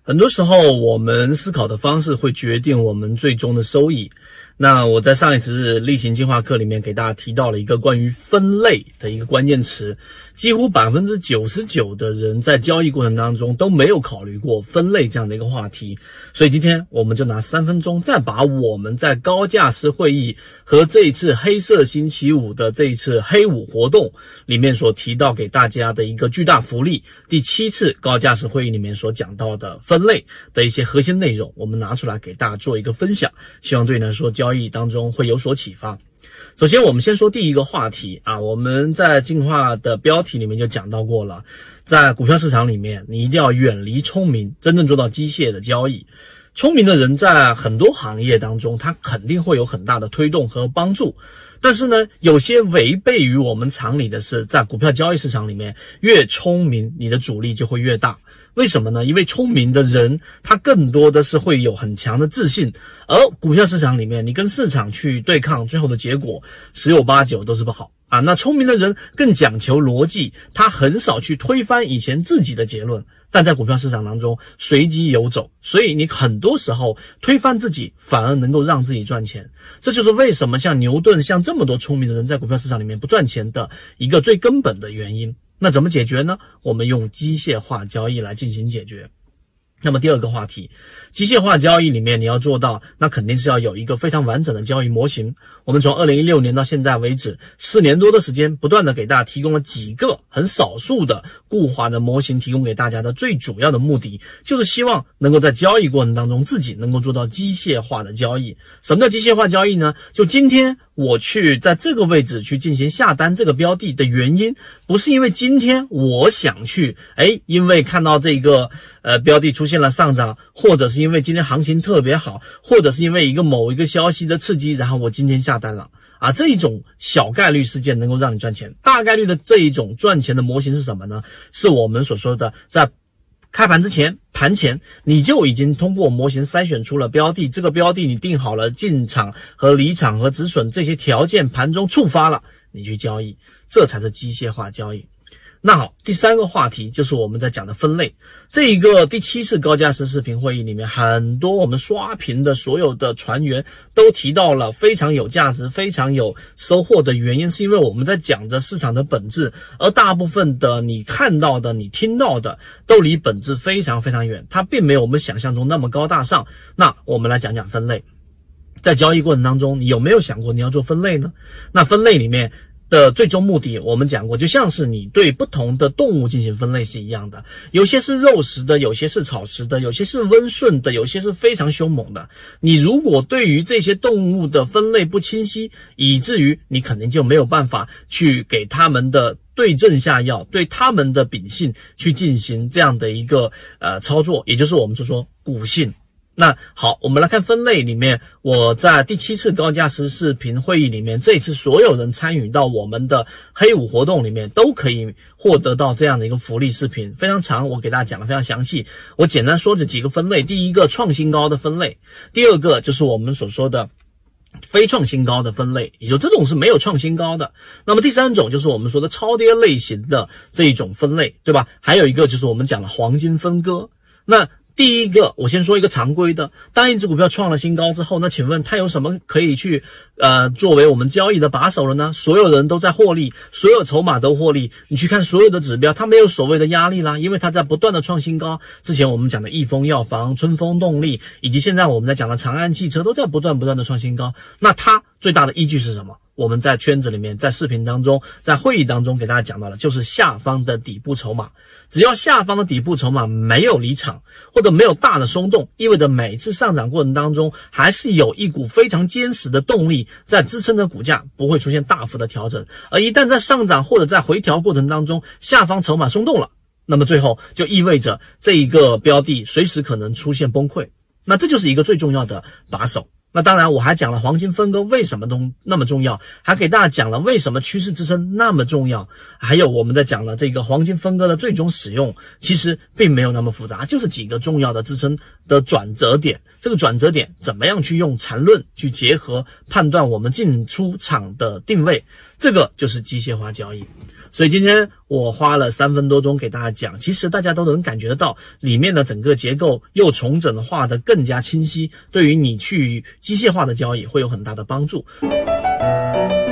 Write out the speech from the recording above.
很多时候我们思考的方式会决定我们最终的收益。那我在上一次例行进化课里面给大家提到了一个关于分类的一个关键词，几乎 99% 的人在交易过程当中都没有考虑过分类这样的一个话题。所以今天我们就拿3分钟再把我们在高价值会议和这一次黑色星期五的这一次黑五活动里面所提到给大家的一个巨大福利，第7次高价值会议里面所讲到的分类的一些核心内容，我们拿出来给大家做一个分享，希望对你来说交易当中会有所启发。首先我们先说第一个话题啊，我们在进化的标题里面就讲到过了，在股票市场里面你一定要远离聪明，真正做到机械的交易。聪明的人在很多行业当中他肯定会有很大的推动和帮助，但是呢有些违背于我们常理的是，在股票交易市场里面越聪明你的阻力就会越大。为什么呢？因为聪明的人他更多的是会有很强的自信，而股票市场里面你跟市场去对抗，最后的结果十有八九都是不好啊。那聪明的人更讲求逻辑，他很少去推翻以前自己的结论，但在股票市场当中随机游走，所以你很多时候推翻自己反而能够让自己赚钱。这就是为什么像牛顿像这么多聪明的人在股票市场里面不赚钱的一个最根本的原因。那怎么解决呢？我们用机械化交易来进行解决。那么第二个话题，机械化交易里面你要做到，那肯定是要有一个非常完整的交易模型。我们从2016年到现在为止4年多的时间，不断的给大家提供了几个很少数的固化的模型，提供给大家的最主要的目的就是希望能够在交易过程当中自己能够做到机械化的交易。什么叫机械化交易呢？就今天我去在这个位置去进行下单这个标的的原因，不是因为今天我想去因为看到这个标的出现了上涨，或者是因为今天行情特别好，或者是因为某一个消息的刺激，然后我今天下单了啊，这一种小概率事件能够让你赚钱。大概率的这一种赚钱的模型是什么呢？是我们所说的在开盘之前盘前你就已经通过模型筛选出了标的，这个标的你定好了进场和离场和止损这些条件，盘中触发了你去交易，这才是机械化交易。那好，第3个话题就是我们在讲的分类。这一个第7次高价值视频会议里面，很多我们刷屏的所有的船员都提到了非常有价值非常有收获的原因，是因为我们在讲着市场的本质，而大部分的你看到的你听到的都离本质非常非常远，它并没有我们想象中那么高大上。那我们来讲讲分类。在交易过程当中，你有没有想过你要做分类呢？那分类里面的最终目的我们讲过，就像是你对不同的动物进行分类是一样的，有些是肉食的，有些是草食的，有些是温顺的，有些是非常凶猛的。你如果对于这些动物的分类不清晰，以至于你肯定就没有办法去给他们的对症下药，对他们的秉性去进行这样的一个操作，也就是我们说股性。那好，我们来看分类里面，我在第7次高价值视频会议里面，这一次所有人参与到我们的黑五活动里面都可以获得到这样的一个福利视频，非常长，我给大家讲的非常详细。我简单说这几个分类，第一个创新高的分类，第二个就是我们所说的非创新高的分类，也就这种是没有创新高的。那么第3种就是我们说的超跌类型的这一种分类，对吧？还有一个就是我们讲的黄金分割。那第一个我先说一个常规的，当一只股票创了新高之后，那请问它有什么可以去作为我们交易的把手了呢？所有人都在获利，所有筹码都获利，你去看所有的指标，它没有所谓的压力啦，因为它在不断的创新高。之前我们讲的益丰药房、春风动力，以及现在我们在讲的长安汽车都在不断的创新高。那它最大的依据是什么？我们在圈子里面，在视频当中，在会议当中给大家讲到了，就是下方的底部筹码。只要下方的底部筹码没有离场，或者没有大的松动，意味着每次上涨过程当中还是有一股非常坚实的动力在支撑着股价，不会出现大幅的调整。而一旦在上涨或者在回调过程当中，下方筹码松动了，那么最后就意味着这一个标的随时可能出现崩溃。那这就是一个最重要的把手。那当然我还讲了黄金分割为什么那么重要，还给大家讲了为什么趋势支撑那么重要，还有我们在讲了这个黄金分割的最终使用，其实并没有那么复杂，就是几个重要的支撑的转折点。这个转折点怎么样去用缠论去结合判断我们进出场的定位， 这个就是机械化交易。所以今天我花了3分多钟给大家讲，其实大家都能感觉得到里面的整个结构又重整化的更加清晰，对于你去机械化的交易会有很大的帮助。